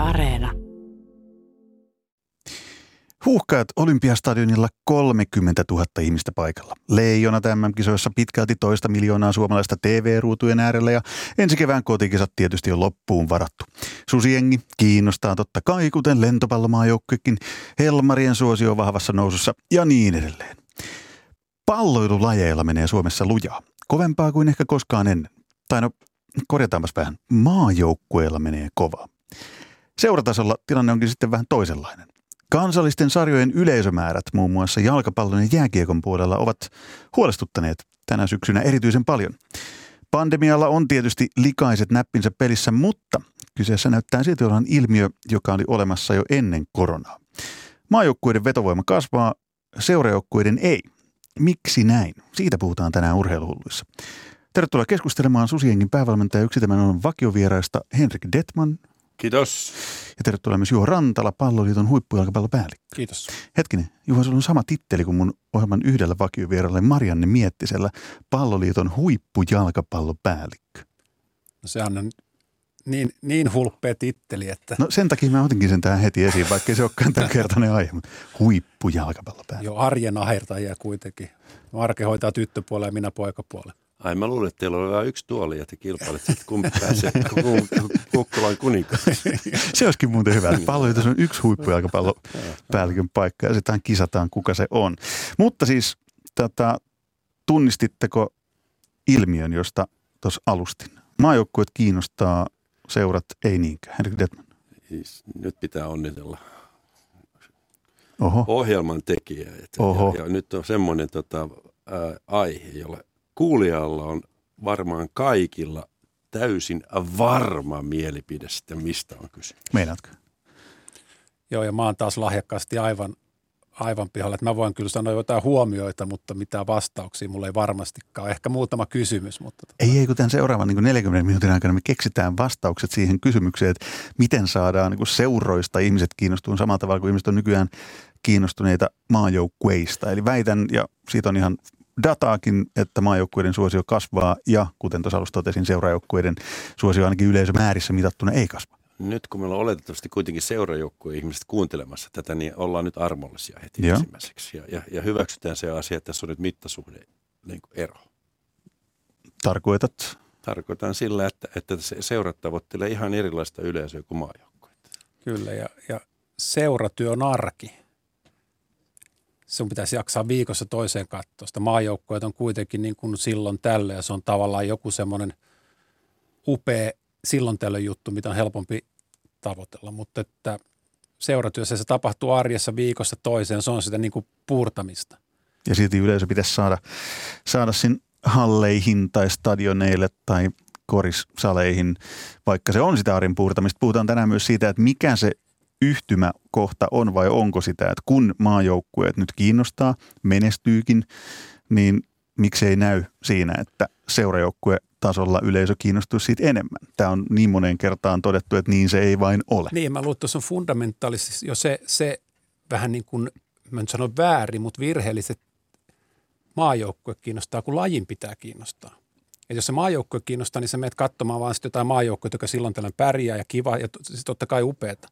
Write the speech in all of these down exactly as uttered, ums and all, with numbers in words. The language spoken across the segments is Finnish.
Areena. Huuhkajat Olympiastadionilla kolmekymmentätuhatta ihmistä paikalla. Leijonat M M-kisoissa pitkälti toista miljoonaa suomalaista T V-ruutujen äärellä ja ensi kevään kotikisat tietysti on loppuun varattu. Susijengi kiinnostaa totta kai, kuten lentopallomaajoukkuekin, Helmarien suosio on vahvassa nousussa ja niin edelleen. Palloilulajeilla menee Suomessa lujaa. Kovempaa kuin ehkä koskaan ennen. Tai no, korjataanpas vähän. Maajoukkueilla menee kovaa. Seuratasolla tilanne onkin sitten vähän toisenlainen. Kansallisten sarjojen yleisömäärät muun muassa jalkapallon ja jääkiekon puolella ovat huolestuttaneet tänä syksynä erityisen paljon. Pandemialla on tietysti likaiset näppinsä pelissä, mutta kyseessä näyttää silti olevan ilmiö, joka oli olemassa jo ennen koronaa. Maajoukkueiden vetovoima kasvaa, seurajoukkueiden ei. Miksi näin? Siitä puhutaan tänään Urheiluhulluissa. Tervetuloa keskustelemaan Susijengin päävalmentaja yksi tämän on vakiovieraista Henrik Detman. Kiitos. Ja tervetuloa myös Juho Rantala, Palloliiton huippujalkapallopäällikkö. Kiitos. Hetkinen, Juho, sulla on sama titteli kuin mun ohjelman yhdellä vakiovieralle Marianne Miettisellä, Palloliiton huippujalkapallopäällikkö. No se on niin, niin hulppea titteli, että... No sen takia mä otinkin sen tähän heti esiin, vaikkei se olekaan tämän kertainen aihe, mutta huippujalkapallopäällikkö. Jo arjen ahertajia kuitenkin. Marke hoitaa tyttöpuolella ja minä poikapuolella. Ai mä luulen, että teillä on vain yksi tuoli ja te kilpailet sitten, kumpi pääsee Kukkolan kuninkaan. Se olisikin muuten hyvä. Palloliitossa on yksi huippujalkapallopäällikön paikka ja sitten kisataan, kuka se on. Mutta siis tota, tunnistitteko ilmiön, josta tuossa alustin? Maajoukkueet kiinnostaa, seurat ei niinkään. Henrik Detman. Nyt pitää onnitella Oho. ohjelman tekijä. Oho. Ja, ja nyt on semmoinen tota, ää, aihe, jolla kuulijalla on varmaan kaikilla täysin varma mielipide sitten, mistä on kyse. Meinaatko? Joo, ja mä oon taas lahjakkaasti aivan, aivan pihalla. Että mä voin kyllä sanoa jotain huomioita, mutta mitään vastauksia mulla ei varmastikaan. Ehkä muutama kysymys. Mutta tota... Ei, ei, kun tämän seuraavan niin neljänkymmenen minuutin aikana me keksitään vastaukset siihen kysymykseen, että miten saadaan niin seuroista ihmiset kiinnostumaan samalla tavalla kuin ihmiset on nykyään kiinnostuneita maajoukkueista. Eli väitän, ja siitä on ihan dataakin, että maajoukkueiden suosio kasvaa ja kuten tuossa alussa totesin, seurajoukkueiden suosio ainakin yleisömäärissä mitattuna ei kasva. Nyt kun meillä on oletettavasti kuitenkin seurajoukkueen ihmiset kuuntelemassa tätä, niin ollaan nyt armollisia heti Joo. ensimmäiseksi. Ja, ja, ja hyväksytään se asia, että tässä on nyt mittasuhde niin kuin ero. Tarkoitat? Tarkoitan sillä, että, että se seurat tavoittelee ihan erilaista yleisöä kuin maajoukkueet. Kyllä, ja, ja seuratyö on arki. Sun pitäisi jaksaa viikossa toiseen katsoa. Sitä maajoukkueet on kuitenkin niin kuin silloin tällöin, ja se on tavallaan joku semmoinen upea silloin tällöin juttu, mitä on helpompi tavoitella. Mutta että seuratyössä se tapahtuu arjessa viikossa toiseen, se on sitä niin kuin puurtamista. Ja silti yleisö pitäisi saada, saada sinne halleihin tai stadioneille tai korissaleihin, vaikka se on sitä arjen puurtamista. Puhutaan tänään myös siitä, että mikä se yhtymäkohta on vai onko sitä, että kun maajoukkueet nyt kiinnostaa, menestyykin, niin miksei näy siinä, että seurajoukkuetasolla yleisö kiinnostuisi siitä enemmän. Tämä on niin moneen kertaan todettu, että niin se ei vain ole. Niin, mä luulen, että tuossa on fundamentaalisesti jo se, se vähän niin kuin, mä en sano väärin, mutta virheelliset maajoukkue kiinnostaa, kun lajin pitää kiinnostaa. Ja jos se maajoukkue kiinnostaa, niin sä menet katsomaan vaan sitten jotain maajoukkuetta, joka silloin tällainen pärjää ja kiva ja siis totta kai upeata.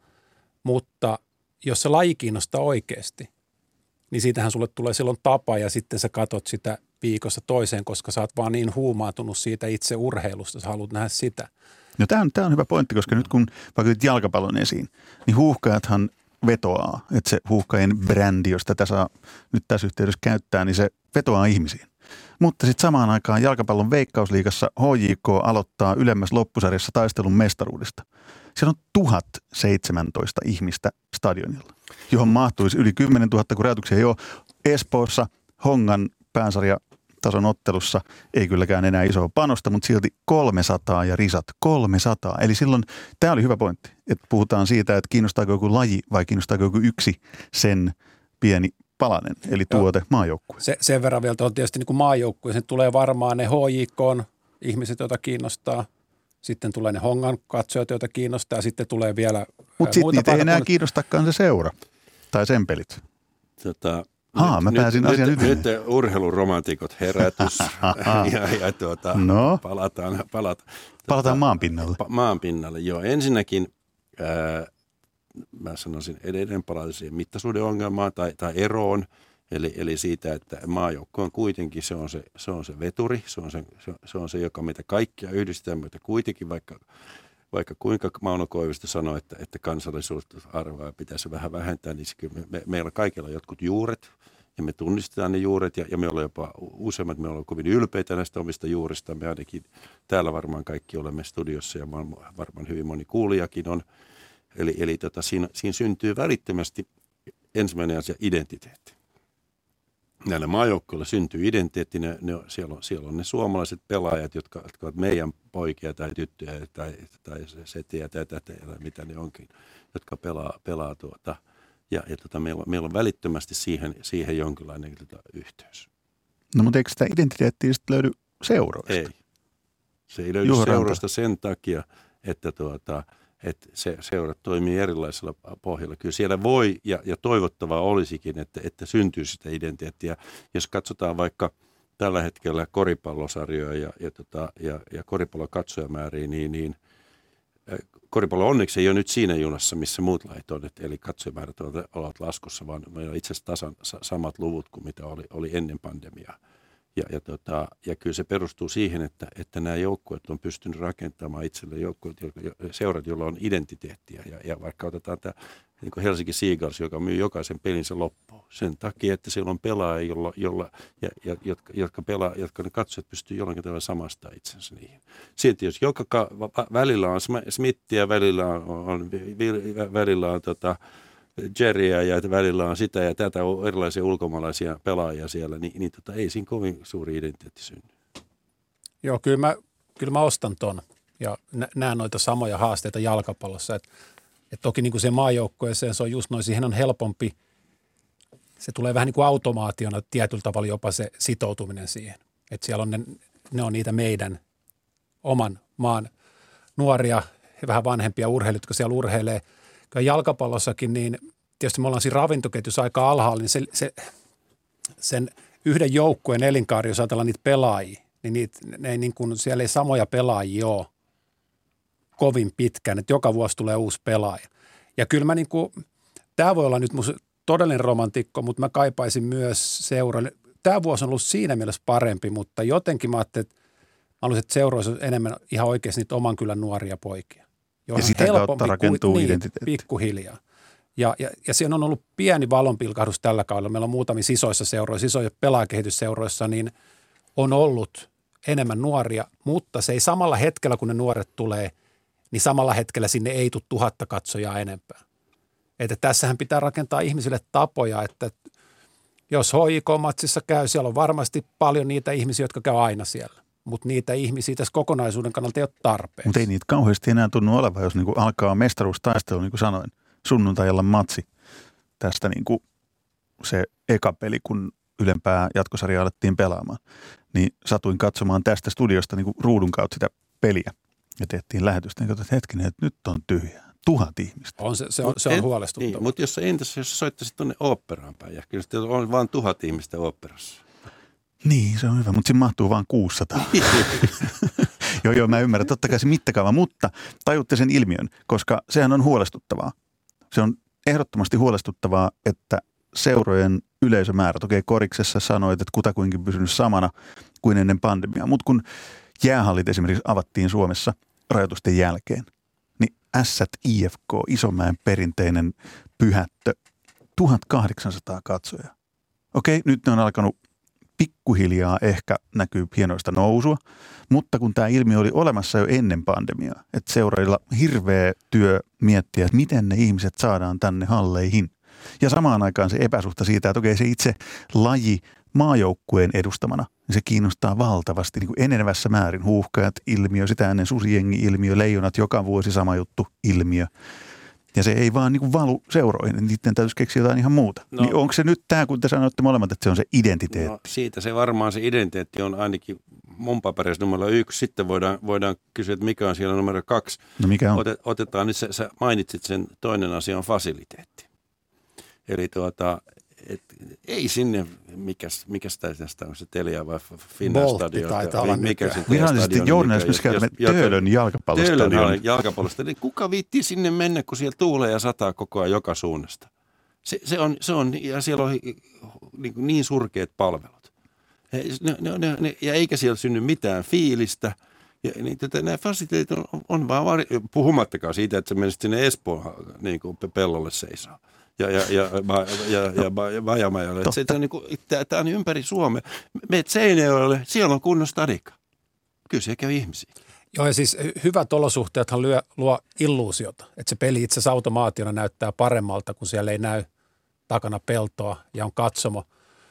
Mutta jos se laji kiinnostaa oikeasti, niin siitähän sulle tulee silloin tapa ja sitten sä katot sitä viikossa toiseen, koska sä oot vaan niin huumaantunut siitä itse urheilusta, sä haluat nähdä sitä. No tämä on, tämä on hyvä pointti, koska nyt kun vaikka jalkapallon esiin, niin huuhkajathan vetoaa, että se huuhkajien brändi, jos tätä saa nyt tässä yhteydessä käyttää, niin se vetoaa ihmisiin. Mutta sitten samaan aikaan jalkapallon Veikkausliigassa H J K aloittaa ylemmässä loppusarjassa taistelun mestaruudesta. Siellä on tuhat seitsemäntoista ihmistä stadionilla, johon mahtuisi yli kymmenen tuhatta, kun rajoituksia ei ole. Espoossa Hongan pääsarjatason ottelussa ei kylläkään enää isoa panosta, mutta silti kolmesataa ja risat kolmesataa. Eli silloin tämä oli hyvä pointti, että puhutaan siitä, että kiinnostaako joku laji vai kiinnostaako joku yksi sen pieni palanen, eli tuote maajoukkue. Se, sen verran vielä on tietysti niin kuin maajoukkue, sen tulee varmaan ne H J K:n ihmiset, joita kiinnostaa. Sitten tulee ne Hongan katsojat, joita kiinnostaa, ja sitten tulee vielä Mutta sitten niitä ei enää kun... kiinnostakaan se seura tai sen pelit. Tota, Haa, nyt, mä pääsin nyt, asian nyt, nyt. nyt urheiluromantikot herätys ja, ja tuota, no. palataan, palata, palataan tuota, maan pinnalle. Pa, maan pinnalle, joo. Ensinnäkin ää, mä sanoisin edelleen palata siihen mittasuuden ongelmaan tai, tai eroon. Eli, eli siitä, että maajoukko on kuitenkin, se on se, se, on se veturi, se on se, se on se, joka meitä kaikkia yhdistää, mutta kuitenkin vaikka, vaikka kuinka Mauno Koivisto sanoi, että, että kansallisuusarvoa pitäisi vähän vähentää, niin me, me, meillä kaikilla on jotkut juuret ja me tunnistetaan ne juuret ja, ja me ollaan jopa useimmat, me ollaan kovin ylpeitä näistä omista juurista. Me ainakin täällä varmaan kaikki olemme studiossa ja varmaan hyvin moni kuulijakin on. Eli, eli tota, siinä, siinä syntyy välittömästi ensimmäinen asia identiteetti. Näillä maajoukkoilla syntyy identiteetti, ne, ne, siellä, on, siellä on ne suomalaiset pelaajat, jotka, jotka ovat meidän poikia tai tyttöjä tai, tai setiä tai tätä tai mitä ne onkin, jotka pelaa, pelaa tuota. Ja, ja tota, meillä, meillä on välittömästi siihen, siihen jonkinlainen tota, yhteys. No mutta eikö sitä identiteettiä sitten löydy seuroista? Ei. Se ei löydy Juha seuroista Ranta. sen takia, että tuota, että se seurat toimii erilaisella pohjalla. Kyllä siellä voi ja, ja toivottavaa olisikin, että, että syntyy sitä identiteettiä. Jos katsotaan vaikka tällä hetkellä koripallosarjoja ja, ja, tota, ja, ja koripallokatsojamääriä, niin, niin koripallo onneksi ei ole nyt siinä junassa, missä muut lait on, eli katsojamäärät ovat laskussa, vaan meillä on itse asiassa tasan samat luvut kuin mitä oli, oli ennen pandemiaa. Ja, ja, tota, ja kyllä se perustuu siihen, että, että nämä joukkueet on pystynyt rakentamaan itselleen joukkueet, seurat, joilla on identiteettiä. Ja, ja vaikka otetaan tämä niin kuin Helsinki Seagulls, joka myy jokaisen pelinsä loppuun. Sen takia, että siellä on pelaajia, jolla, jolla, ja, ja, jotka, jotka, pelaa, jotka ne katsojat pystyy jollakin tavalla samastaa itsensä niihin. Sitten jos joka ka, välillä on Smithia, välillä on, on, välillä on tota, Jerryä ja välillä on sitä ja tätä erilaisia ulkomaalaisia pelaajia siellä, niin, niin tota, ei siinä kovin suuri identiteetti synny. Joo, kyllä mä, kyllä mä ostan ton ja näen noita samoja haasteita jalkapallossa. Et, et toki niin kuin se maajoukkueeseen, se on just noin, siihen on helpompi, se tulee vähän niin kuin automaationa tietyllä tavalla jopa se sitoutuminen siihen. Että siellä on ne, ne on niitä meidän oman maan nuoria ja vähän vanhempia urheilijoita, jotka siellä urheilee. Jalkapallossakin, niin tietysti me ollaan siinä ravintoketjussa aika alhaalla, niin se, se, sen yhden joukkueen elinkaari, jos ajatellaan niitä pelaajia, niin, niitä, ne ei niin kuin, siellä ei samoja pelaajia ole kovin pitkään, että joka vuosi tulee uusi pelaaja. Ja kyllä mä niin kuin, tämä voi olla nyt mun todellinen romantikko, mutta mä kaipaisin myös seuralle. Tämä vuosi on ollut siinä mielessä parempi, mutta jotenkin mä ajattelin, että mä haluaisin, että seuroissa on enemmän ihan oikeasti niitä oman kylän nuoria poikia. Ja sitä kautta rakentuu niin, identiteetti. Pikkuhiljaa. Ja, ja, ja siinä on ollut pieni valonpilkahdus tällä kaudella. Meillä on muutamia isoissa seuroissa, isoissa pelaajakehitysseuroissa, niin on ollut enemmän nuoria, mutta se ei samalla hetkellä, kun ne nuoret tulee, niin samalla hetkellä sinne ei tule tuhatta katsojaa enempää. Että tässähän pitää rakentaa ihmisille tapoja, että jos H I K-matsissa käy, siellä on varmasti paljon niitä ihmisiä, jotka käy aina siellä. Mutta niitä ihmisiä tässä kokonaisuuden kannalta ei ole tarpeeksi. Mutta ei niitä kauheasti enää tunnu olevan, jos niinku alkaa mestaruustaistelu, niin kuin sanoin, sunnuntailla matsi. Tästä niinku se eka peli, kun ylempää jatkosarjaa alettiin pelaamaan. Niin satuin katsomaan tästä studiosta niinku ruudun kautta sitä peliä. Ja tehtiin lähetystä, niin katsoin, että hetkinen, että nyt on tyhjää. Tuhat ihmistä. On se, se on, se on huolestuttavaa. Niin, mutta jos entäs jos soittaisit tuonne oopperaan päin, ja kyllä sitten on vain tuhat ihmistä oopperassa. Niin, se on hyvä, mutta siinä mahtuu vain kuusisataa. joo, joo, mä ymmärrän, totta kai se mittakaava, mutta tajutte sen ilmiön, koska sehän on huolestuttavaa. Se on ehdottomasti huolestuttavaa, että seurojen yleisömäärät, okei, Koriksessa sanoit, että kutakuinkin pysynyt samana kuin ennen pandemiaa, mutta kun jäähallit esimerkiksi avattiin Suomessa rajoitusten jälkeen, niin Ässät I F K, Isomäen perinteinen pyhättö, tuhatkahdeksansataa katsojaa. Okei, nyt ne on alkanut pikkuhiljaa ehkä näkyy hienoista nousua, mutta kun tämä ilmiö oli olemassa jo ennen pandemiaa, että seurailla hirveä työ miettiä, että miten ne ihmiset saadaan tänne halleihin. Ja samaan aikaan se epäsuhta siitä, että okei se itse laji maajoukkueen edustamana, niin se kiinnostaa valtavasti niin kuin enenevässä määrin. Huuhkajat ilmiö, sitä ennen susijengi-ilmiö, leijonat joka vuosi sama juttu ilmiö. Ja se ei vaan niin kuin valu seuroihin, niin niiden täytyisi keksiä jotain ihan muuta. No, niin onko se nyt tämä, kun te sanoitte molemmat, että se on se identiteetti? No siitä se varmaan se identiteetti on ainakin mun paperissa numero yksi. Sitten voidaan, voidaan kysyä, että mikä on siellä numero kaksi. No mikä on? Otet, otetaan nyt, sä, sä mainitsit sen, toinen asia on fasiliteetti. Eli tuota, et, ei sinne, mikäs, mikäs tästä on se Telia vai Finnair Boltti stadion. taitaa olla mikä nykyään. se Virallisesti journalismissa käytämme Töölön jalkapallostadion. Töölön jalkapallosta. Niin kuka viittii sinne mennä, kun siellä tuulee ja sataa koko ajan joka suunnasta? Se, se, on, se on, ja siellä on niin, niin surkeat palvelut. Ne, ne, ne, ne, ja eikä siellä synny mitään fiilistä. Ja niin, tätä, nämä fasiliteetit on, on vaan, vari, puhumattakaan siitä, että sä menisit sinne Espoon niin kuin pellolle seisoo. Ja, ja, ja, ja, ja, ja Vajamajalle. Tämä niin on ympäri Suomea. Meet Seinäjoelle, siellä on kunnon stadika. Kyllä siellä käy ihmisiä. Joo, ja siis hyvät olosuhteethan lyö, luo illuusiota. Että se peli itse asiassa automaationa näyttää paremmalta, kun siellä ei näy takana peltoa ja on katsomo.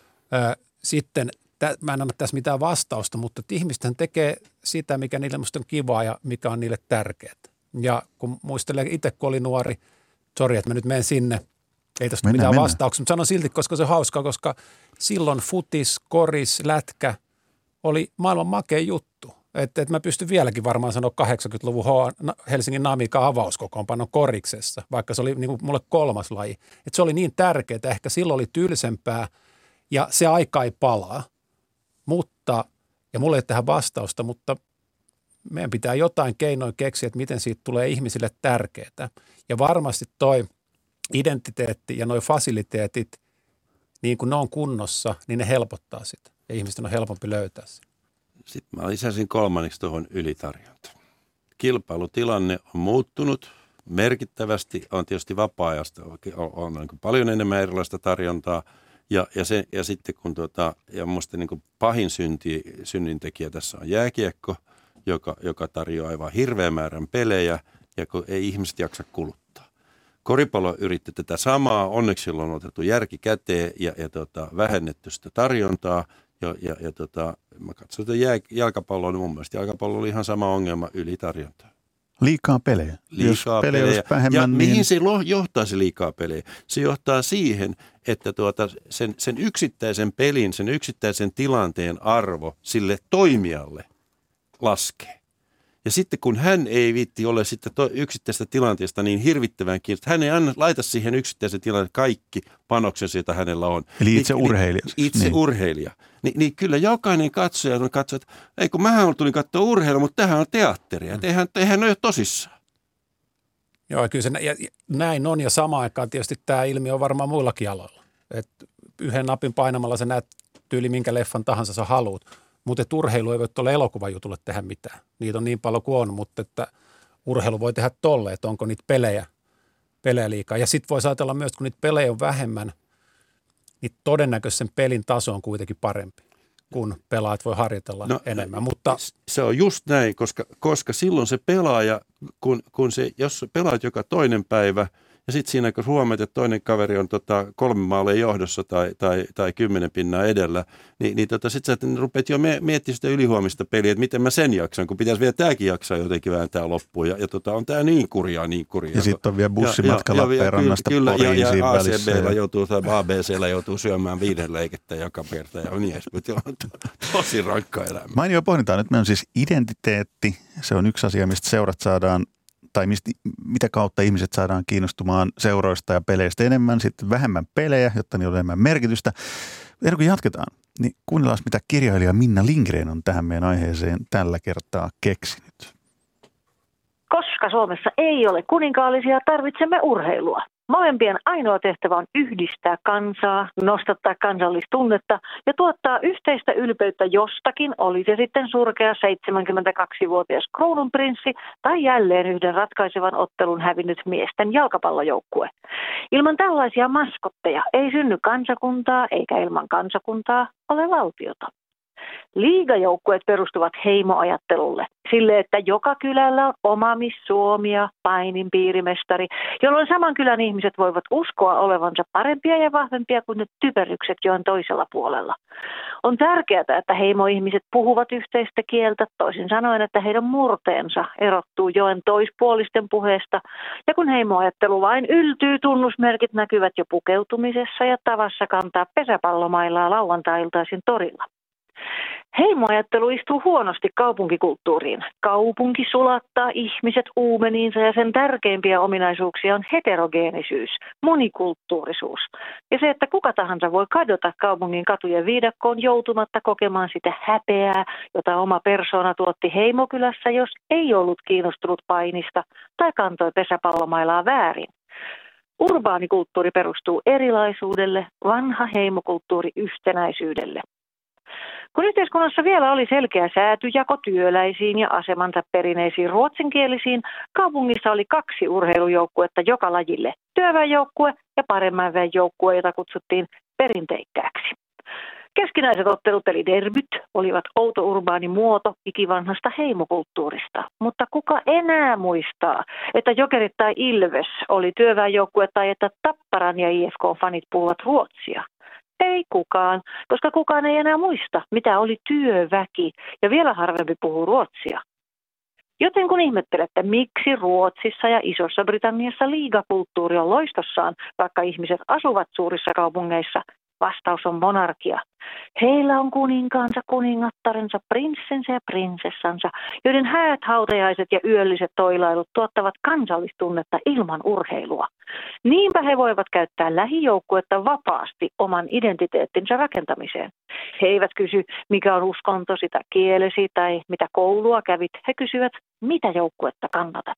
Sitten, mä en anna tässä mitään vastausta, mutta ihmiset tekee sitä, mikä niille musta on kivaa ja mikä on niille tärkeää. Ja kun muistelee itse, kun oli nuori, sori, että mä nyt menen sinne, ei tästä mitään mennään. Vastauksia, mutta sanon silti, koska se on hauskaa, koska silloin futis, koris, lätkä oli maailman makea juttu. Että et mä pystyn vieläkin varmaan sanoa kahdeksankymmentäluvun Helsingin Namikan avauskokoonpanon koriksessa, vaikka se oli niin kuin mulle kolmas laji. Että se oli niin tärkeää, ehkä silloin oli tylsempää ja se aika ei palaa. Mutta, ja mulle ei tähän vastausta, mutta meidän pitää jotain keinoin keksiä, että miten siitä tulee ihmisille tärkeää. Ja varmasti toi identiteetti ja noi fasiliteetit, niin kuin ne on kunnossa, niin ne helpottaa sitä. Ja ihmisten on helpompi löytää sitä. Sitten mä lisäsin kolmanneksi tuohon ylitarjontaan. Kilpailutilanne on muuttunut merkittävästi. On tietysti vapaa-ajasta, on, on niin paljon enemmän erilaista tarjontaa. Ja, ja, se, ja sitten kun tuota, ja musta niin kuin pahin synti, synnintekijä tässä on jääkiekko, joka, joka tarjoaa aivan hirveän määrän pelejä ja kun ei ihmiset jaksa kuluttaa. Koripallo yritti tätä samaa, onneksi silloin on otettu järki käteen ja, ja tota, vähennetty sitä tarjontaa. Ja, ja, ja tota, mä katsoin tätä jää, jalkapalloa, niin mun mielestä jalkapallo oli ihan sama ongelma, ylitarjontaa. Liikaa pelejä. Liikaa Jos pelejä. pelejä. Vähemmän, ja niin... mihin se johtaa se liikaa pelejä? Se johtaa siihen, että tuota, sen, sen yksittäisen pelin, sen yksittäisen tilanteen arvo sille toimijalle laskee. Ja sitten kun hän ei viitti ole sitten to, yksittäisestä tilanteesta niin hirvittävän kiinnostunut, hän ei anna, laita siihen yksittäisen tilanteen kaikki panoksensa, joita hänellä on. Eli itse niin, urheilija. Itse niin. urheilija. Ni, niin kyllä jokainen katsoja katsoo, että ei kun mähän tulin katsoa urheilua, mutta tämähän on teatteria. Mm. Eihän, eihän ole tosissaan. Joo, kyllä se ja, näin on ja samaan aikaan tietysti tämä ilmiö on varmaan muillakin aloilla. Et yhden napin painamalla sä näet tyyli minkä leffan tahansa sä haluut. Mutta urheilu ei voi tuolle elokuvajutulle tehdä mitään. Niitä on niin paljon kuin on, mutta että urheilu voi tehdä tolle, että onko niitä pelejä, pelejä liikaa. Ja sitten voi ajatella myös, että kun niitä pelejä on vähemmän, niin todennäköisesti sen pelin taso on kuitenkin parempi, kun pelaajat voi harjoitella no, enemmän. Mutta se on just näin, koska, koska silloin se pelaaja, kun, kun se, jos pelaat joka toinen päivä, ja sitten siinä, kun huomaat, että toinen kaveri on tota, kolme maalia johdossa tai, tai, tai kymmenen pinnaa edellä, niin, niin tota, sitten sä rupeat jo miettimään sitä ylihuomista peliä, että miten mä sen jaksan, kun pitäisi vielä tämäkin jaksaa jotenkin vääntää loppuun. Ja, ja tota, on tämä niin kurjaa, niin kurjaa. Ja sitten on vielä bussimatka Lappeenrannasta Poriin ja, ja välissä. A C B:llä joutuu, tai A B C:llä joutuu syömään viiden leikettä joka kerta ja niin edespäin. On tosi rankka elämä. Mainio pohdintaan, nyt meillä on siis identiteetti. Se on yksi asia, mistä seurat saadaan tai mistä, mitä kautta ihmiset saadaan kiinnostumaan seuroista ja peleistä enemmän, sitten vähemmän pelejä, jotta niillä on enemmän merkitystä. Ennen kuin jatketaan, niin kuunnellaan, mitä kirjailija Minna Lindgren on tähän meidän aiheeseen tällä kertaa keksinyt. Koska Suomessa ei ole kuninkaallisia, tarvitsemme urheilua. Molempien ainoa tehtävä on yhdistää kansaa, nostattaa kansallistunnetta ja tuottaa yhteistä ylpeyttä jostakin, oli se sitten surkea seitsemänkymmentäkaksivuotias kruununprinssi tai jälleen yhden ratkaisevan ottelun hävinnyt miesten jalkapallojoukkue. Ilman tällaisia maskotteja ei synny kansakuntaa eikä ilman kansakuntaa ole valtiota. Liigajoukkueet perustuvat heimoajattelulle, sille, että joka kylällä on oma Miss Suomi ja Painin piirimestari, jolloin saman kylän ihmiset voivat uskoa olevansa parempia ja vahvempia kuin ne typerykset joen toisella puolella. On tärkeää, että heimoihmiset puhuvat yhteistä kieltä, toisin sanoen, että heidän murteensa erottuu joen toispuolisten puheesta, ja kun heimoajattelu vain yltyy, tunnusmerkit näkyvät jo pukeutumisessa ja tavassa kantaa pesäpallomailaa lauantai-iltaisin torilla. Heimoajattelu istuu huonosti kaupunkikulttuuriin. Kaupunki sulattaa ihmiset uumeniinsa ja sen tärkeimpiä ominaisuuksia on heterogeenisyys, monikulttuurisuus. Ja se, että kuka tahansa voi kadota kaupungin katujen viidakkoon joutumatta kokemaan sitä häpeää, jota oma persoona tuotti heimokylässä, jos ei ollut kiinnostunut painista tai kantoi pesäpallomailaa väärin. Urbaanikulttuuri perustuu erilaisuudelle, vanha heimokulttuuri yhtenäisyydelle. Kun yhteiskunnassa vielä oli selkeä säätyjako työläisiin ja asemansa perineisiin ruotsinkielisiin, kaupungissa oli kaksi urheilujoukkuetta joka lajille, työväenjoukkue ja paremman väen joukkue, jota kutsuttiin perinteikkääksi. Keskinäiset ottelut eli derbyt olivat outo urbaani muoto ikivanhasta heimokulttuurista, mutta kuka enää muistaa, että Jokerit tai Ilves oli työväenjoukkue tai että Tapparan ja I F K-fanit puhuvat ruotsia? Ei kukaan, koska kukaan ei enää muista, mitä oli työväki ja vielä harvempi puhuu ruotsia. Joten kun ihmettelette, miksi Ruotsissa ja Isossa Britanniassa liigakulttuuri on loistossaan, vaikka ihmiset asuvat suurissa kaupungeissa, vastaus on monarkia. Heillä on kuninkaansa, kuningattarensa, prinssensä ja prinsessansa, joiden häät, hautajaiset ja yölliset toilailut tuottavat kansallistunnetta ilman urheilua. Niinpä he voivat käyttää lähijoukkuetta vapaasti oman identiteettinsä rakentamiseen. He eivät kysy, mikä on uskontosi tai kielesi tai mitä koulua kävit. He kysyvät, mitä joukkuetta kannatat.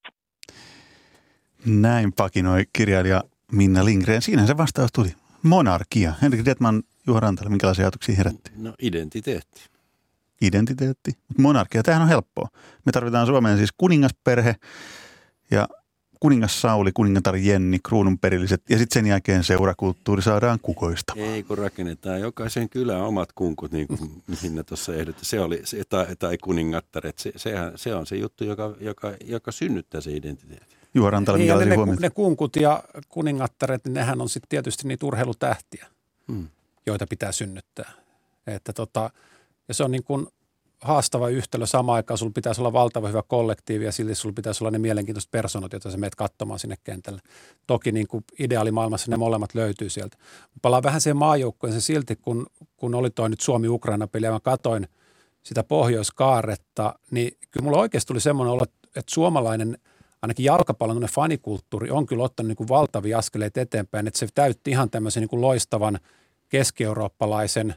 Näin pakinoi kirjailija Minna Lindgren. Siinähän se vastaus tuli. Monarkia. Henrik Detman, Juha Rantala, minkälaisia ajatuksia herätti? No identiteetti. Identiteetti. Monarkia, tämähän on helppoa. Me tarvitaan Suomeen siis kuningasperhe ja kuningas Sauli, kuningatar Jenni, kruununperilliset ja sitten sen jälkeen seurakulttuuri saadaan kukoista. Ei kun rakennetaan jokaisen kylään omat kunkut, niin kuin Minna tuossa ehdotti. Se oli, se, tai, tai kuningattaret, se, sehän, se on se juttu, joka, joka, joka synnyttää se identiteetti. Juha Rantala, niin, minkälaisia ne, huomioita? ne kunkut ja kuningattaret, niin nehän on sitten tietysti niitä urheilutähtiä, hmm. joita pitää synnyttää. Että tota, ja se on niin kuin haastava yhtälö. Samaan aikaan sulla pitäisi olla valtava hyvä kollektiivi ja silti sulla pitäisi olla ne mielenkiintoiset personat, joita sä meet katsomaan sinne kentälle. Toki niin kuin ideaalimaailmassa ne molemmat löytyy sieltä. Palaan vähän siihen maajoukkoon silti, kun, kun oli toi nyt Suomi-Ukraina-peli ja mä katoin sitä pohjoiskaaretta, niin kyllä mulla oikeasti tuli semmoinen olo, että suomalainen ainakin jalkapallon fanikulttuuri on kyllä ottanut niin kuin valtavia askeleita eteenpäin, että se täytti ihan tämmöisen niin kuin loistavan keski-eurooppalaisen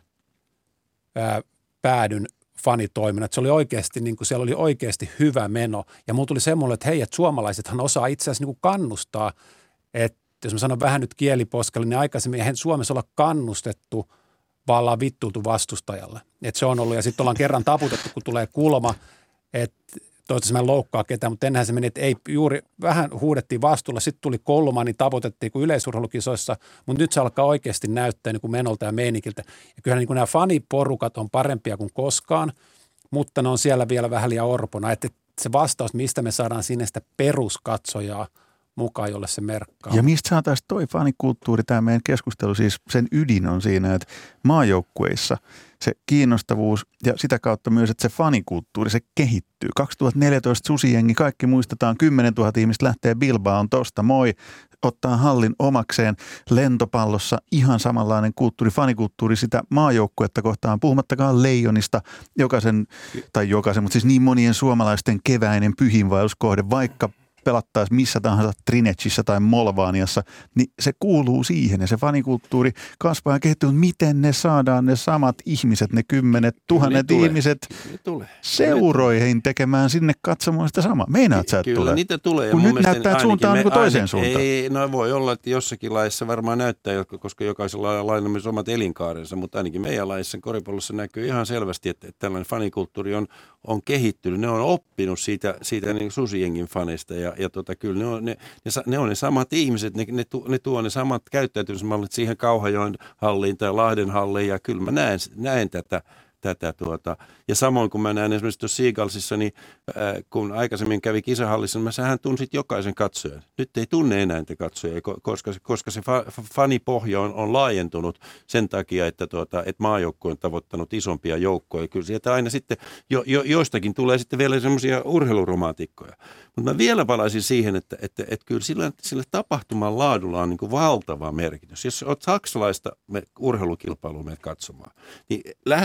ää, päädyn fanitoiminnan. Että se oli oikeasti, niin kuin siellä oli oikeasti hyvä meno. Ja mulla tuli semmoinen, että hei, että suomalaisethan osaa itse asiassa niin kuin kannustaa, että jos mä sanon vähän nyt kieliposkelle, niin aikaisemmin eihän Suomessa olla kannustettu, vaan ollaan vittuiltu vastustajalle. Että se on ollut, ja sitten ollaan kerran taputettu, kun tulee kulma, että toivottavasti mä en loukkaa ketään, mutta ennenhän se meni, että ei juuri vähän huudettiin vastuulla, sitten tuli kolma, niin taputettiin kuin yleisurheilukisoissa, mutta nyt se alkaa oikeasti näyttää niin kuin menolta ja meinikiltä. Ja kyllähän niin kuin nämä faniporukat on parempia kuin koskaan, mutta ne on siellä vielä vähän liian orpona. Että se vastaus, mistä me saadaan sinne sitä peruskatsojaa mukaan, jolle se merkkaa. Ja mistä saataisiin toi fanikulttuuri, tämä meidän keskustelu, siis sen ydin on siinä, että maajoukkueissa se kiinnostavuus ja sitä kautta myös, että se fanikulttuuri, se kehittyy. kaksituhattaneljätoista Susijengi, kaikki muistetaan, kymmenen tuhatta ihmistä lähtee Bilbaon tosta, moi, ottaa hallin omakseen lentopallossa, ihan samanlainen kulttuuri, fanikulttuuri sitä maajoukkuetta kohtaan, puhumattakaan Leijonista, jokaisen, tai jokaisen, mutta siis niin monien suomalaisten keväinen pyhinvaelluskohde, vaikka pelattaisiin missä tahansa Trinecissä tai Molvaaniassa, niin se kuuluu siihen ja se fanikulttuuri kasvaa ja kehittyy. Miten ne saadaan ne samat ihmiset, ne kymmenet tuhannet ne ihmiset tulee. seuroihin tekemään sinne katsomaan sitä samaa? Meinaat sä, että Kyllä, tulee? niitä tulee. Kun nyt näyttää, että suunta on niin toiseen suuntaan. Ei, no voi olla, että jossakin laissa varmaan näyttää, koska jokaisella lailla myös omat elinkaarensa, mutta ainakin meidän laissa koripallossa näkyy ihan selvästi, että, että tällainen fanikulttuuri on, on kehittynyt. Ne on oppinut siitä, siitä niin Susijengin faneista ja Ja tota, kyllä ne on ne, ne, ne on ne samat ihmiset, ne, ne, tu, ne tuo ne samat käyttäytymismallit siihen Kauhajoen halliin tai Lahden halliin ja kyllä mä näen, näen tätä, tätä tuota. Ja samoin kun mä näen esimerkiksi tuossa Seagullsissa, niin äh, kun aikaisemmin kävi kisahallissa, niin mä sähän tunsit jokaisen katsojan. Nyt ei tunne enää niitä katsojia, koska, koska se fa, fanipohja on, on laajentunut sen takia, että, tuota, että maajoukkue on tavoittanut isompia joukkoja. Kyllä sieltä aina sitten, jo, jo, joistakin tulee sitten vielä semmoisia urheiluromaatikkoja. Mutta mä vielä palaisin siihen, että, että, että kyllä sillä, sillä tapahtuman laadulla on niin kuin valtava merkitys. Jos olet saksalaista urheilukilpailua menet katsomaan, niin lä, lä,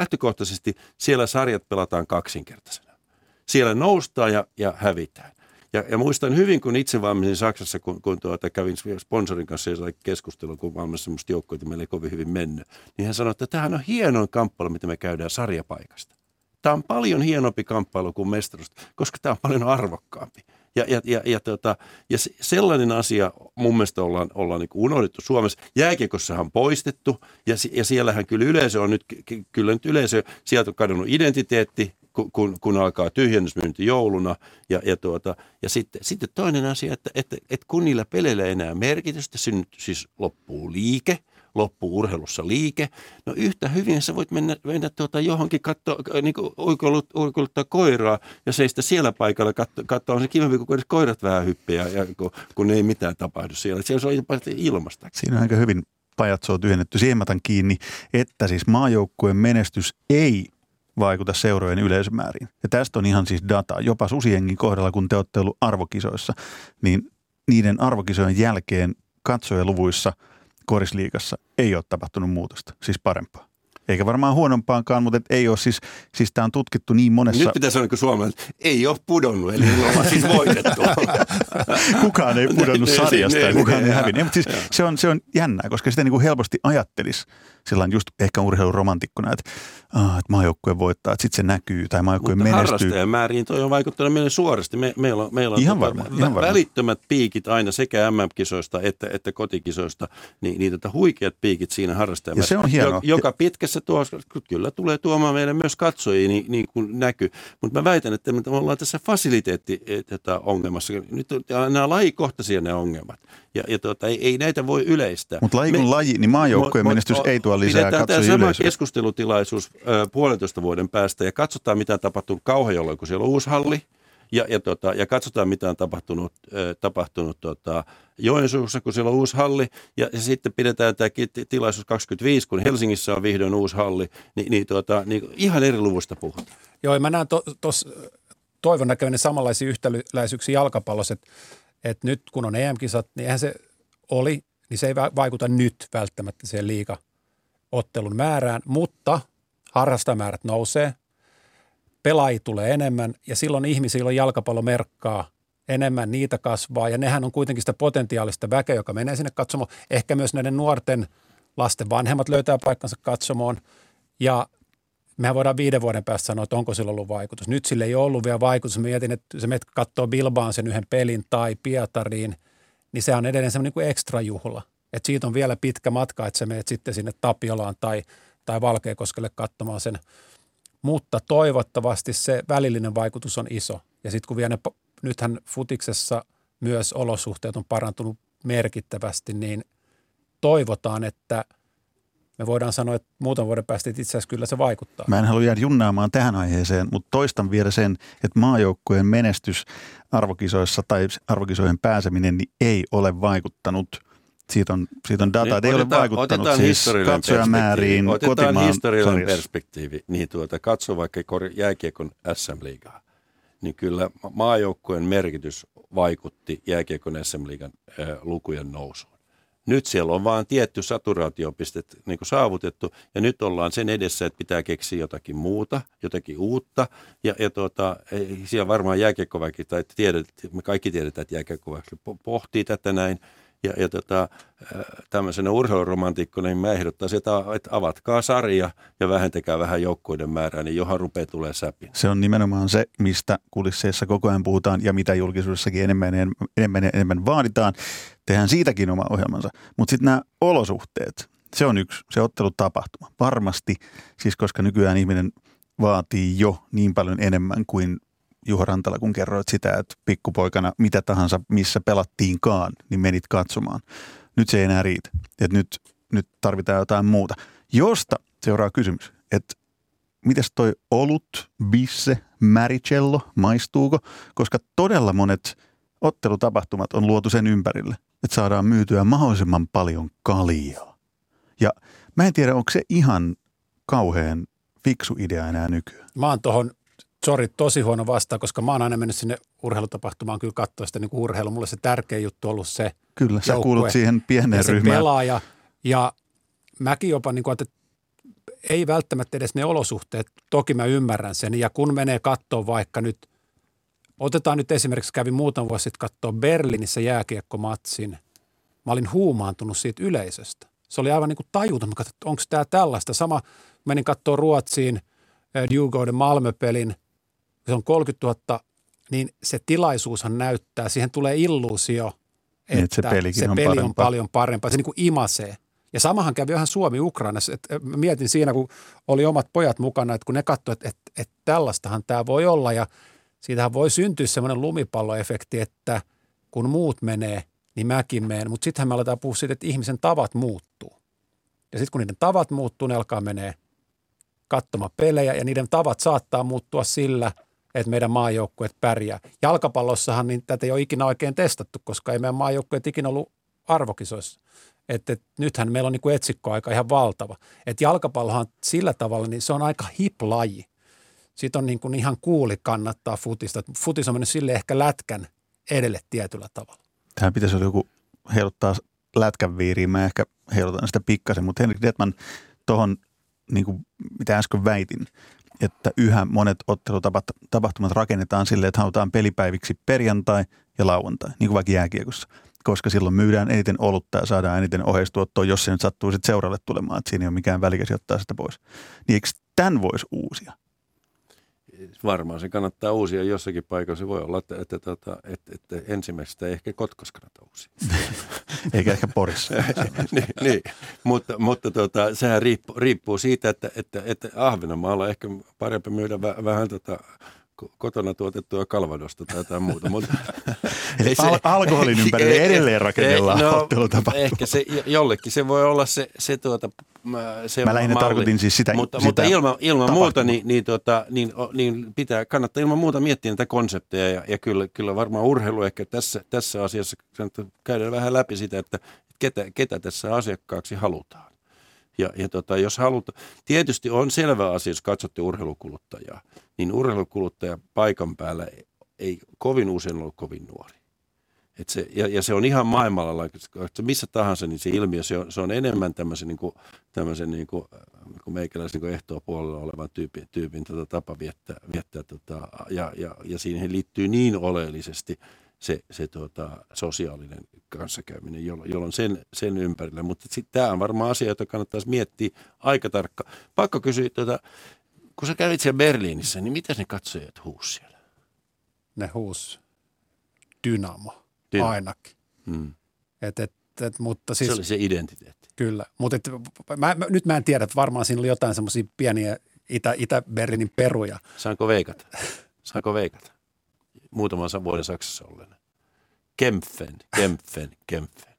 lähtökohtaisesti siellä sarjat pelataan kaksinkertaisena. Siellä noustaan ja, ja hävitään. Ja, ja muistan hyvin, kun itse valmisin Saksassa, kun, kun tuota, kävin sponsorin kanssa ja sai keskustelua, kun valmisin semmoista joukkoita, meillä ei kovin hyvin mennyt. Niin hän sanoi, että tämähän on hienoin kamppailu, mitä me käydään sarjapaikasta. Tämä on paljon hienompi kamppailu kuin mestaruus, koska tämä on paljon arvokkaampi. Ja, ja, ja, ja, tota, ja sellainen asia mun mielestä ollaan, ollaan niin kuin unohdettu Suomessa. Jääkiekossahan on poistettu ja, ja siellähän kyllä yleisö on nyt, kyllä nyt yleisö, sieltä on kadonnut identiteetti, kun, kun alkaa tyhjennysmyynti jouluna. Ja, ja, tuota, ja sitten, sitten toinen asia, että, että, että kun niillä peleillä ei enää merkitystä, synny, siis loppuu liike. Loppuu urheilussa liike. No yhtä hyvin sä voit mennä, mennä tuota johonkin katsoa, niin uikoluttaa koiraa ja seistä siellä paikalla katsoa, katso, on se kivempi, kun edes koirat vähän hyppiä, ja, kun, kun ei mitään tapahdu siellä. Siellä on jopa ilmasta. Siinä on aika hyvin pajatsoa tyhjennetty. Siihen mä otan kiinni, että siis maajoukkueen menestys ei vaikuta seurojen yleisömääriin. Ja tästä on ihan siis dataa. Jopa Susiengin kohdalla, kun te olette ollut arvokisoissa, niin niiden arvokisojen jälkeen katsojaluvuissa Korisliigassa ei ole tapahtunut muutosta, siis parempaa. Eikä varmaan huonompaankaan, mutta ei ole siis, siis tämä on tutkittu niin monessa. Nyt pitää sanoa, kun suomalaiset ei ole pudonnut, eli on siis voitettu. Kukaan ei pudonnut ne, sarjasta ne, ja ne, kukaan ne, ei hävinnyt. Mutta siis se on, se on jännää, koska sitä niin kuin helposti ajattelisi sillain just ehkä urheiluromantikkona, että, ah, että maajoukkue voittaa, että sitten se näkyy tai maajoukkue menestyy. Mutta harrastajamääriin toi on vaikuttanut meille suorasti. Me, meillä on, meillä on ihan tota, varma, ihan vä- välittömät piikit aina sekä M M-kisoista että, että kotikisoista, niin, niin tota huikeat piikit siinä harrastajamäärissä. Ja se on hienoa. Joka pitkässä tuossa kyllä tulee tuomaan meille myös katsojia, niin, niin kuin näkyy. Mutta mä väitän, että me ollaan tässä fasiliteetti-ongelmassa. Nyt on nämä lajikohtaisia ne ongelmat. Ja, ja tuota, ei, ei näitä voi yleistää. Mutta laji kun laji, niin maajoukkojen menestys mo, ei tuo lisää katsojia yleisöä. Pidetään tämä sama keskustelutilaisuus ö, puolentoista vuoden päästä ja katsotaan, mitä on tapahtunut Kauhajoella, kun siellä on uusi halli. Ja, ja, tota, ja katsotaan, mitä on tapahtunut, äh, tapahtunut tota, Joensuussa, kun siellä on uusi halli. Ja, ja sitten pidetään tämä tilaisuus kaksikymmentäviisi, kun Helsingissä on vihdoin uusi halli. Niin, niin, tota, niin ihan eri luvusta puhutaan. Joo, mä näen to, tos, toivon näkeväni samanlaisia yhtäläisyyksiä jalkapallossa, että, että nyt kun on E M-kisat, niin eihän se oli, niin se ei vaikuta nyt välttämättä siihen liigaottelun määrään, mutta harrastajamäärät nousee. Pelaajia tulee enemmän ja silloin ihmisillä on jalkapallomerkkaa enemmän, niitä kasvaa ja nehän on kuitenkin sitä potentiaalista väkeä, joka menee sinne katsomaan. Ehkä myös näiden nuorten lasten vanhemmat löytää paikkansa katsomaan ja mehän voidaan viiden vuoden päästä sanoa, että onko sillä ollut vaikutus. Nyt sillä ei ole ollut vielä vaikutus. Mä mietin, että se menet katsoo Bilbaan sen yhden pelin tai Pietariin, niin se on edelleen semmoinen niin kuin ekstra juhla. Että siitä on vielä pitkä matka, että sä menet sitten sinne Tapiolaan tai, tai Valkeakoskelle katsomaan sen. Mutta toivottavasti se välillinen vaikutus on iso. Ja sitten kun vielä ne, nythän futiksessa myös olosuhteet on parantunut merkittävästi, niin toivotaan, että me voidaan sanoa, että muutaman vuoden päästä itse asiassa kyllä se vaikuttaa. Mä en halua jäädä junnaamaan tähän aiheeseen, mutta toistan vielä sen, että maajoukkojen menestys arvokisoissa tai arvokisojen pääseminen niin ei ole vaikuttanut. Siitä on, siitä on data, niin, ei otetaan, ole vaikuttanut siis katsojamääriin kotimaan sarjassa. Otetaan historiallinen perspektiivi, niin tuota, katso vaikka jääkiekon S M-liigaa, niin kyllä maajoukkojen merkitys vaikutti jääkiekon S M-liigan äh, lukujen nousuun. Nyt siellä on vaan tietty saturaatiopiste niin kuin saavutettu ja nyt ollaan sen edessä, että pitää keksiä jotakin muuta, jotakin uutta. Ja, ja tuota, siellä varmaan jääkiekkoväki, tai tiedet, me kaikki tiedetään, että jääkiekkoväki pohtii tätä näin. Ja, ja tota, tämmöisenä urheiluromantiikkona niin mä ehdottaisin, että avatkaa sarja ja vähentäkää vähän joukkueiden määrää, niin johon rupeaa tulee säpi. Se on nimenomaan se, mistä kulisseissa koko ajan puhutaan ja mitä julkisuudessakin enemmän ja enemmän, enemmän vaaditaan. Tehdään siitäkin oma ohjelmansa. Mutta sitten nämä olosuhteet, se on yksi, se ottelutapahtuma. Varmasti, siis koska nykyään ihminen vaatii jo niin paljon enemmän kuin Juho Rantala, kun kerroit sitä, että pikkupoikana mitä tahansa, missä pelattiinkaan, niin menit katsomaan. Nyt se ei enää riitä. Että nyt, nyt tarvitaan jotain muuta. Josta seuraa kysymys, että mites toi olut, bisse, märicello, maistuuko? Koska todella monet ottelutapahtumat on luotu sen ympärille, että saadaan myytyä mahdollisimman paljon kaljaa. Ja mä en tiedä, onko se ihan kauhean fiksu idea enää nykyään. Mä oon tohon Sori, tosi huono vastaan, koska mä oon aina mennyt sinne urheilutapahtumaan kyllä katsoa sitä niin kuin urheilu. Mulle se tärkeä juttu on ollut se Kyllä, sä joukkue, kuulut siihen pieneen ryhmään. Pelaaja. Ja mäkin jopa, niin kuin, että ei välttämättä edes ne olosuhteet. Toki mä ymmärrän sen. Ja kun menee katsoa vaikka nyt, otetaan nyt esimerkiksi, kävin muutama vuosi sitten katsoa Berliinissä jääkiekkomatsin. Mä olin huumaantunut siitä yleisöstä. Se oli aivan niin kuin tajuton. Mä katsoin, onko tämä tällaista. Sama menin katsoa Ruotsiin Djurgården Malmö-pelin. Se on kolmekymmentätuhatta, niin se tilaisuushan näyttää. Siihen tulee illuusio, että, että se, se on peli on paljon parempaa. Se niin kuin imasee. Ja samahan kävi ihan Suomi-Ukrainassa. Et mä mietin siinä, kun oli omat pojat mukana, että kun ne katsoivat, että, että, että tällaistahan tämä voi olla. Ja siitähän voi syntyä semmoinen lumipalloefekti, että kun muut menee, niin mäkin menen. Mutta sittenhän me aletaan puhua siitä, että ihmisen tavat muuttuu. Ja sitten kun niiden tavat muuttuu, ne alkaa menee katsomaan pelejä. Ja niiden tavat saattaa muuttua sillä, että meidän maajoukkueet pärjää. Jalkapallossahan niin tätä ei ole ikinä oikein testattu, koska ei meidän maajoukkueet ikinä ollut arvokisoissa. Että et, nythän meillä on niin kuin etsikkoaika ihan valtava. Että jalkapallohan sillä tavalla, niin se on aika hip-laji. Siitä on niin kuin ihan kuuli kannattaa futista. Futis on mennyt sille ehkä lätkän edelle tietyllä tavalla. Tähän pitäisi olla joku heiluttaa lätkän viiriin. Mä ehkä heilutan sitä pikkasen, mutta Henrik Detman tuohon, niin kuin mitä äsken väitin, että yhä monet ottelutapahtumat rakennetaan silleen, että halutaan pelipäiviksi perjantai ja lauantai, niin kuin vaikka jääkiekossa. Koska silloin myydään eniten olutta ja saadaan eniten oheistuottoa, jos se nyt sattuu sitten seuralle tulemaan, että siinä ei ole mikään välikäsi ottaa sitä pois. Niin eikö tämän voisi uusia? Varmaan se kannattaa uusia jossakin paikassa. Se voi olla, että, että, että, että, että ensimmäisestä ei ehkä Kotkassa kannata uusia. Eikä ehkä Porissa. niin, niin, mutta, mutta tota, sehän riippuu, riippuu siitä, että, että, että Ahvenanmaalla ehkä parempi myydä väh, vähän tota, kotona tuotettua kalvadosta tai jotain muuta. Mutta eli se, al- alkoholin ympärille ei, edelleen rakennellaan no, ottelutapahtumaa. Ehkä se jollekin se voi olla se, se, tuota, se Mä lähinnä tarkoitin siis sitä. Mutta, sitä mutta ilman, ilman muuta niin, niin, tuota, niin, niin pitää, kannattaa ilman muuta miettiä näitä konsepteja ja, ja kyllä, kyllä varmaan urheilu ehkä tässä, tässä asiassa käydään vähän läpi sitä, että ketä, ketä tässä asiakkaaksi halutaan. Ja, ja tota, jos halutaan, tietysti on selvä asia, jos katsotte urheilukuluttajaa, niin urheilukuluttaja paikan päällä ei, ei kovin usein ole kovin nuori. Et se, ja, ja se on ihan maailmalla, että missä tahansa, niin se ilmiö, se on, se on enemmän tämmöisen, niin kuin, tämmöisen niin kuin, kuin meikäläisen niin ehtoopuolella olevan tyypin, tyypin tota, tapa viettää, viettää tota, ja, ja, ja siihen liittyy niin oleellisesti se, se tuota, sosiaalinen kanssakäyminen, jolloin, jolloin sen, sen ympärillä. Mutta sitten tämä on varmaan asia, jota kannattaisi miettiä aika tarkka. Pakko kysyä, tuota, kun sä kävit siellä Berliinissä, niin mitä ne katsojat huusi siellä? Ne huusi Dynamo, Dynamo. ainakin. Hmm. Et, et, et, mutta siis, se oli se identiteetti. Kyllä, mutta et, mä, mä, nyt mä en tiedä, että varmaan siinä oli jotain semmoisia pieniä Itä, Itä-Berliinin peruja. Saanko veikata? Saanko veikata? Muutaman vuoden Saksassa ollen. Kempfen, Kempfen, Kempfen.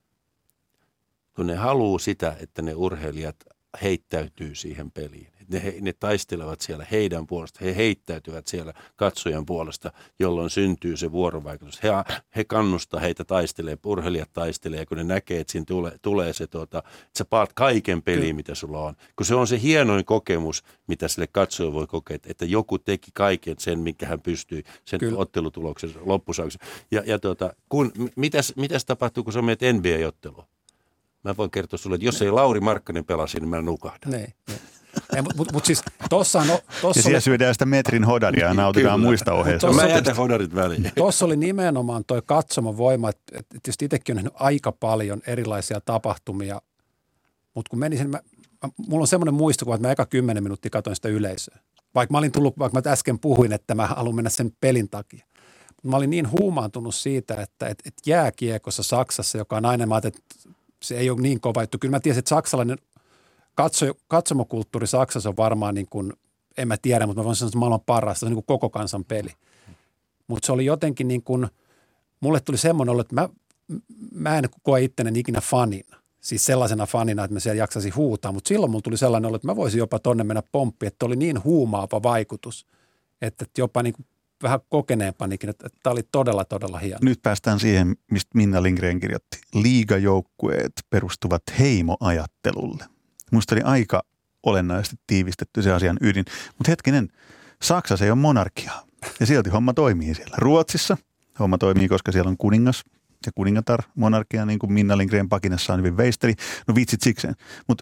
Kun ne haluaa sitä, että ne urheilijat heittäytyy siihen peliin. Ne, he, ne taistelevat siellä heidän puolesta. He heittäytyvät siellä katsojan puolesta, jolloin syntyy se vuorovaikutus. He, he kannustaa heitä taistelee, urheilijat taistelee, kun ne näkee, että siinä tulee, tulee se, tuota, että sä paat kaiken peliin, mitä sulla on. Kun se on se hienoin kokemus, mitä sille katsoja voi kokea, että joku teki kaiken sen, minkä hän pystyi, sen Kyllä. ottelutuloksen loppusaaksi. Ja, ja tuota, kun, mitäs, mitäs tapahtuu, kun sä menet N B A-otteluun? Mä voin kertoa sulle, että jos ei Lauri Markkanen pelasi, niin mä nukahdan. Niin, niin. Mutta mut, mut siis tossa no, tossa ja siellä oli syödään sitä metrin hodaria ja nautitaan Kyllä. muista ohjeista. Mä jätän hodarit väliin. Tuossa oli nimenomaan toi katsomon voima, että et, et just itsekin on nähnyt aika paljon erilaisia tapahtumia, mutta kun menisin, mä, mä, mulla on semmoinen muistokuva, että mä eka kymmenen minuuttia katsoin sitä yleisöä. Vaikka mä olin tullut, vaikka mä äsken puhuin, että mä haluan mennä sen pelin takia. Mä olin niin huumaantunut siitä, että et, et jääkiekossa Saksassa, joka on aina, mä että se ei ole niin kova juttu. Kyllä mä tiesin, että saksalainen katso, katsomokulttuuri Saksassa on varmaan niin kuin, en mä tiedä, mutta mä voin sanoa, että maailman parasta, se on niin kuin koko kansan peli. Mutta se oli jotenkin niin kuin, mulle tuli semmoinen olo, että mä, mä en koe itteni ikinä fanina. Siis sellaisena fanina, että mä siellä jaksaisin huutaa, mutta silloin mulla tuli sellainen olo, että mä voisin jopa tonne mennä pomppiin, että oli niin huumaava vaikutus, että jopa niin kuin vähän kokeneempanikin, että tämä oli todella, todella hieno. Nyt päästään siihen, mistä Minna Lindgren kirjoitti. Liigajoukkueet perustuvat heimoajattelulle. Musta oli aika olennaisesti tiivistetty se asian ydin. Mutta hetkinen, Saksassa ei ole monarkiaa ja silti homma toimii siellä. Ruotsissa homma toimii, koska siellä on kuningas ja kuningatar monarkia, niin kuin Minna Lindgren pakinassa on hyvin veisteli. No vitsit sikseen. Mutta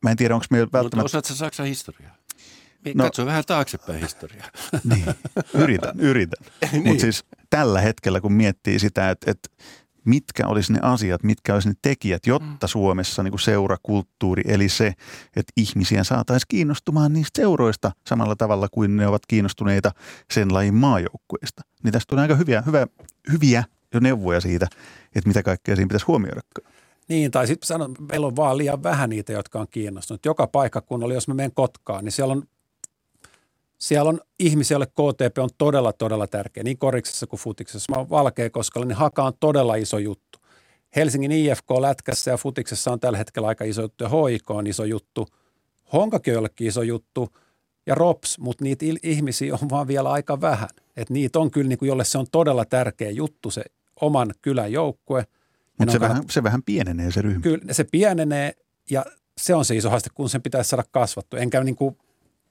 mä en tiedä, onko meillä välttämättä... Mutta osaatko Saksan historiaa? No, katso vähän taaksepäin historiaa. Niin, yritän, yritän. niin. Mutta siis tällä hetkellä, kun miettii sitä, että, että mitkä olisi ne asiat, mitkä olisi ne tekijät, jotta Suomessa niin kuin seurakulttuuri, eli se, että ihmisiä saataisiin kiinnostumaan niistä seuroista samalla tavalla kuin ne ovat kiinnostuneita sen lajin maajoukkueista. Niin tästä tulee aika hyviä, hyvä, hyviä jo neuvoja siitä, että mitä kaikkea siinä pitäisi huomioidakaan. Niin, tai sitten sanon, meillä on vaan liian vähän niitä, jotka on kiinnostunut. Joka paikkakunnalla, jos mä menen Kotkaan, niin siellä on Siellä on ihmisiä, joille K T P on todella, todella tärkeä, niin koriksessa kuin futiksessa. Mä oon Valkeakoskalla, niin Haka on todella iso juttu. Helsingin I F K-lätkässä ja futiksessa on tällä hetkellä aika iso juttu ja H I K on iso juttu. Honkakin on jollekin iso juttu ja Rops, mutta niitä ihmisiä on vaan vielä aika vähän. Et niitä on kyllä, niin kuin, jolle se on todella tärkeä juttu, se oman kylän joukkue. Mutta se, vähän, se vähän pienenee se ryhmä. Kyllä, se pienenee ja se on se iso haaste, kun sen pitäisi saada kasvattua. Enkä niin kuin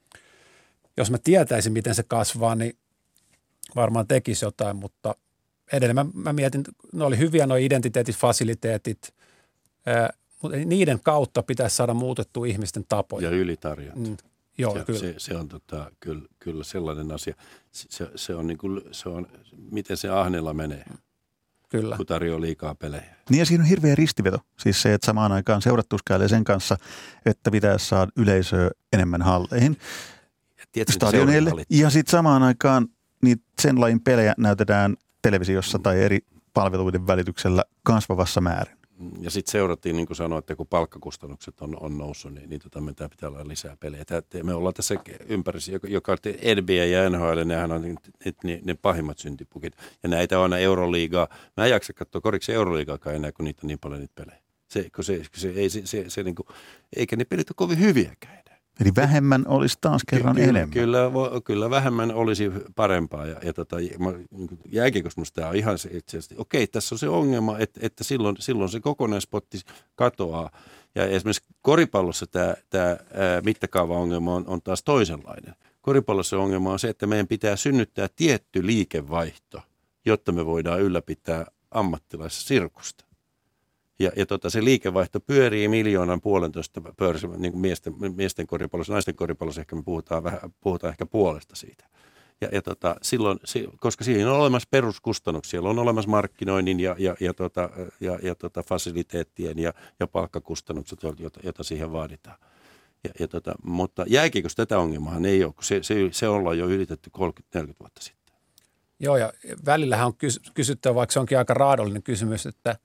jos mä tietäisin, miten se kasvaa, niin varmaan tekisi jotain, mutta edelleen mä, mä mietin, ne oli hyviä nuo identiteetit, fasiliteetit, ää, mutta niiden kautta pitäisi saada muutettua ihmisten tapoja. Ja ylitarjonta. Mm, joo, se, kyllä. Se, se on tota, kyllä, kyllä sellainen asia. Se, se, on niin kuin, se on, miten se Ahnella menee. Kyllä. Kun tarjoaa liikaa pelejä. Niin ja siinä on hirveä ristiveto. Siis se, että samaan aikaan seurat tuskailee sen kanssa, että pitäisi saada yleisöä enemmän halleihin. Stadioneille. Ja sitten samaan aikaan niitä sen lajin pelejä näytetään televisiossa tai eri palveluiden välityksellä kasvavassa määrin. Ja sitten seurattiin, niin kuin sanoin, että kun palkkakustannukset on, on noussut, niin, niin tota, me tämä pitää olla lisää pelejä. Tää, me ollaan tässä ympärissä, joka, joka N B A ja N H L, nehän on ne, ne, ne pahimmat syntipukit. Ja näitä on Euroliigaa. Mä en jaksa katsoa koriksi Euroliigaakaan enää, kun niitä on niin paljon niitä pelejä. Se, kun se, se, ei, se, se, se, niin kuin, eikä ne pelit ole kovin hyviäkään. Eli vähemmän olisi taas kerran kyllä, enemmän. Kyllä, kyllä vähemmän olisi parempaa. Ja, ja tota, jääkiekossa musta tämä on ihan se itse asiassa, okei, tässä on se ongelma, että, että silloin, silloin se kokonaispotti katoaa. Ja esimerkiksi koripallossa tämä, tämä mittakaava-ongelma on, on taas toisenlainen. Koripallossa ongelma on se, että meidän pitää synnyttää tietty liikevaihto, jotta me voidaan ylläpitää ammattilaissirkusta. Ja, ja tota, se liikevaihto pyörii miljoonan puolentoista pörsillä, niin kuin miesten, miesten koripallossa, naisten koripallossa ehkä me puhutaan, vähän, puhutaan ehkä puolesta siitä. Ja, ja tota, silloin, koska siinä on olemassa peruskustannuksia, siellä on olemassa markkinoinnin ja, ja, ja, tota, ja, ja tota, fasiliteettien ja, ja palkkakustannukset, joita, joita siihen vaaditaan. Ja, ja tota, mutta jääkiekossa tätä ongelmaa ei ole, kun se, se, se ollaan jo ylitetty kolmekymmentä neljäkymmentä vuotta sitten. Joo, ja välillähän on kysyttävä, vaikka se onkin aika raadollinen kysymys, että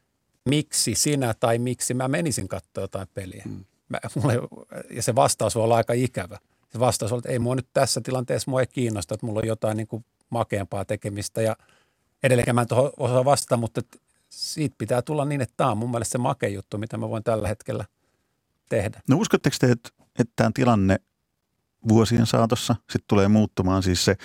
miksi sinä tai miksi mä menisin katsoa jotain peliä. Mm. Mä, mulle, ja se vastaus voi olla aika ikävä. Se vastaus on, että ei mua nyt tässä tilanteessa mua ei kiinnosta, että mulla on jotain niin kuin makeampaa tekemistä. Ja edelleenkin mä en tuohon osaa vastata, mutta siitä pitää tulla niin, että tämä on mun mielestä se makea juttu, mitä mä voin tällä hetkellä tehdä. No uskotteko te, että, että tämä tilanne vuosien saatossa sitten tulee muuttumaan siis se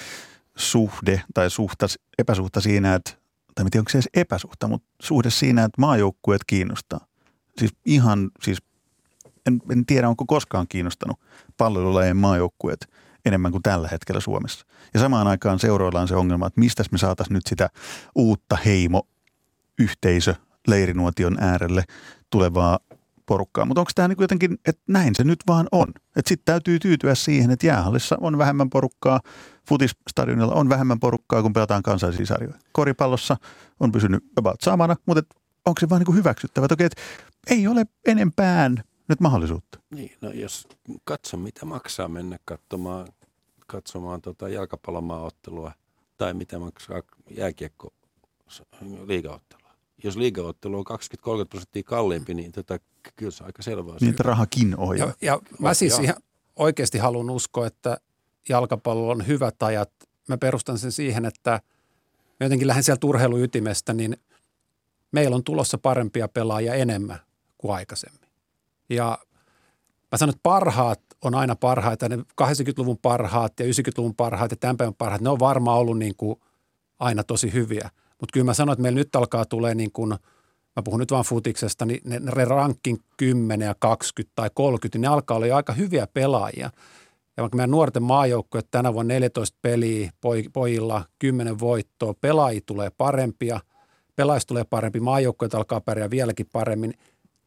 suhde tai suhta, epäsuhta siinä, että tai en tiedä, onko se edes epäsuhta, mutta suhde siinä, että maajoukkueet kiinnostaa. Siis ihan, siis en, en tiedä, onko koskaan kiinnostanut palvelulajien maajoukkueet enemmän kuin tällä hetkellä Suomessa. Ja samaan aikaan seuroilla on se ongelma, että mistä me saataisiin nyt sitä uutta heimo-yhteisö leirinuotion äärelle tulevaa porukkaa. Mutta onko tämä niin jotenkin, että näin se nyt vaan on. Että sitten täytyy tyytyä siihen, että jäähallissa on vähemmän porukkaa, futisstadionilla on vähemmän porukkaa, kun pelataan kansallisia sarjoja. Koripallossa on pysynyt about samana, mutta onko se vaan niin kuin hyväksyttävä? Okei, että ei ole enempään nyt mahdollisuutta. Niin, no jos katso, mitä maksaa mennä katsomaan, katsomaan tota jalkapallomaaottelua tai mitä maksaa jääkiekko liigaottelua. Jos liigaottelu on kaksikymmentä kolmekymmentä prosenttia kalliimpi, niin tota, kyllä se on aika selvää. Niin, että rahakin ohjaa. Ja, ja mä siis ihan oikeasti haluan uskoa, että jalkapallo on hyvät ajat. Mä perustan sen siihen, että mä jotenkin lähden sieltä urheiluytimestä, niin meillä on tulossa parempia pelaajia enemmän kuin aikaisemmin. Ja mä sanon, että parhaat on aina parhaita. Ne kahdeksankymmentäluvun parhaat ja yhdeksänkymmentäluvun parhaat ja tämän päivän parhaat, ne on varmaan ollut niin kuin aina tosi hyviä. Mutta kyllä mä sanon, että meillä nyt alkaa tulee niin kuin, mä puhun nyt vaan futiksesta, niin ne, ne rankin kymmenen ja kaksikymmentä tai kolmekymmentä, niin ne alkaa olla jo aika hyviä pelaajia. Ja vaikka meidän nuorten maajoukkueet tänä vuonna neljätoista peliä pojilla, kymmenen voittoa, pelaajia tulee parempia, pelaajista tulee parempi, maajoukkueet alkaa pärjää vieläkin paremmin, niin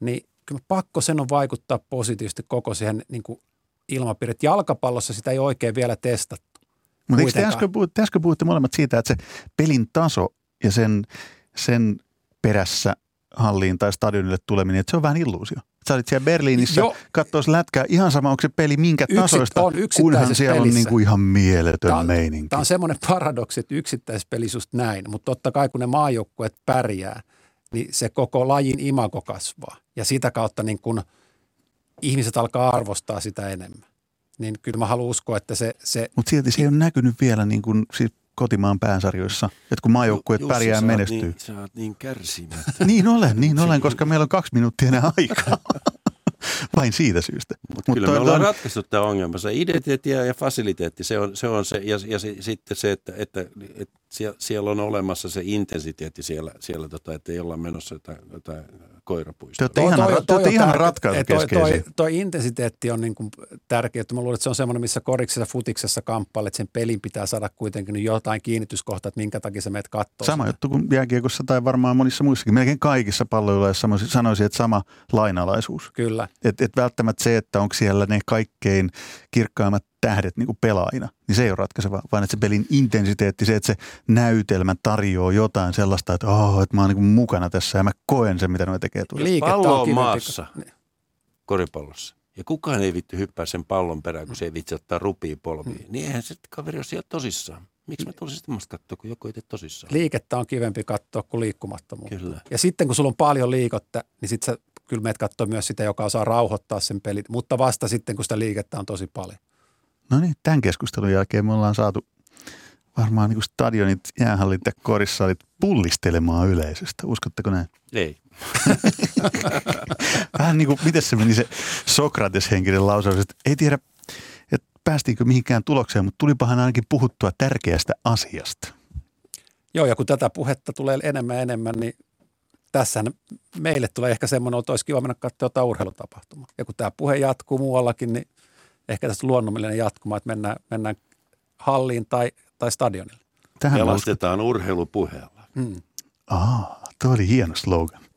kyllä pakko sen on vaikuttaa positiivisesti koko siihen niin kuin ilmapiiriin. Jalkapallossa sitä ei oikein vielä testattu. Mutta eikö te äsken, puhutte, äsken puhutte molemmat siitä, että se pelin taso ja sen, sen perässä halliin tai stadionille tuleminen, että se on vähän illuusio. Sä olit siellä Berliinissä, katsois lätkää, ihan sama onko se peli minkä Yksit, tasoista, on, kunhan siellä pelissä. on niinku ihan mieletön tämä on, meininki. Tämä on semmoinen paradoksi, että yksittäispelissä just näin, mutta totta kai kun ne maajoukkueet pärjää, niin se koko lajin imago kasvaa ja sitä kautta niin kun ihmiset alkaa arvostaa sitä enemmän. Niin kyllä mä haluan uskoa, että se... se mutta silti se ei ole näkynyt vielä niin kuin siis kotimaan pääsarjoissa, että kun maajoukkueet Jussi, pärjää sä menestyy. Niin, sä oot niin kärsimättä. niin olen, niin olen, koska meillä on kaksi minuuttia enää aikaa. Vain siitä syystä. Mutta Mut kyllä me ollaan on... ratkaistu tämä ongelma. Se identiteetti ja fasiliteetti, se on se, on se ja, ja se, sitten se, että, että, että siellä on olemassa se intensiteetti siellä, siellä tota, että ei olla menossa jotain, jotain koirapuistoa. Te olette ihan ratkaisukeskeisiä. Toi, toi, toi intensiteetti on niin kuin tärkeä. Mä luulen, että se on semmoinen, missä koriksessa futiksessa kamppailet, että sen pelin pitää saada kuitenkin jotain kiinnityskohtaa, että minkä takia sä menet katsoa. Sama sitä. juttu kuin jääkiekossa tai varmaan monissa muissakin. Melkein kaikissa palloiluissa sanoisin, että sama lainalaisuus. Kyllä. Että et välttämättä se, että onko siellä ne kaikkein kirkkaimmat tähdet niin kuin pelaajina, niin se ei ole ratkaiseva, vaan että se pelin intensiteetti, se, että se näytelmä tarjoaa jotain sellaista, että, oh, että mä oon niin kuin mukana tässä ja mä koen sen, mitä ne tekee. Pallo on maassa koripallossa ja kukaan ei vittu hyppää sen pallon perään, kun se ei vitsi ottaa rupia polviin. Hmm. Niin eihän se kaveri ole siellä tosissaan. Miksi mä tulisin sitten katsoa, kun joku ei tee tosissaan? Liikettä on kivempi katsoa kuin liikkumattomuutta. Kyllä. Ja sitten kun sulla on paljon liikottä, niin sitten sä kyllä meet katsoa myös sitä, joka osaa rauhoittaa sen pelin, mutta vasta sitten, kun sitä liikettä on tosi paljon. No niin, tämän keskustelun jälkeen me ollaan saatu varmaan niin kuin stadionit, jäähallit ja korissalit pullistelemaan yleisöstä. Uskotteko näin? Ei. Vähän niin kuin, miten se meni se Sokrates-henkinen lausaus, että ei tiedä, että päästiinkö mihinkään tulokseen, mutta tulipahan ainakin puhuttua tärkeästä asiasta. Joo, ja kun tätä puhetta tulee enemmän ja enemmän, niin tässä meille tulee ehkä semmoinen, että olisi kiva mennä katsoa jotain urheilutapahtumaa. Ja kun tämä puhe jatkuu muuallakin, niin ehkä tästä luonnollinen jatkuma, että mennään, mennään halliin tai, tai stadionille. Pelastetaan urheilupuheella. Hmm. Aa, tuo oli hieno slogan.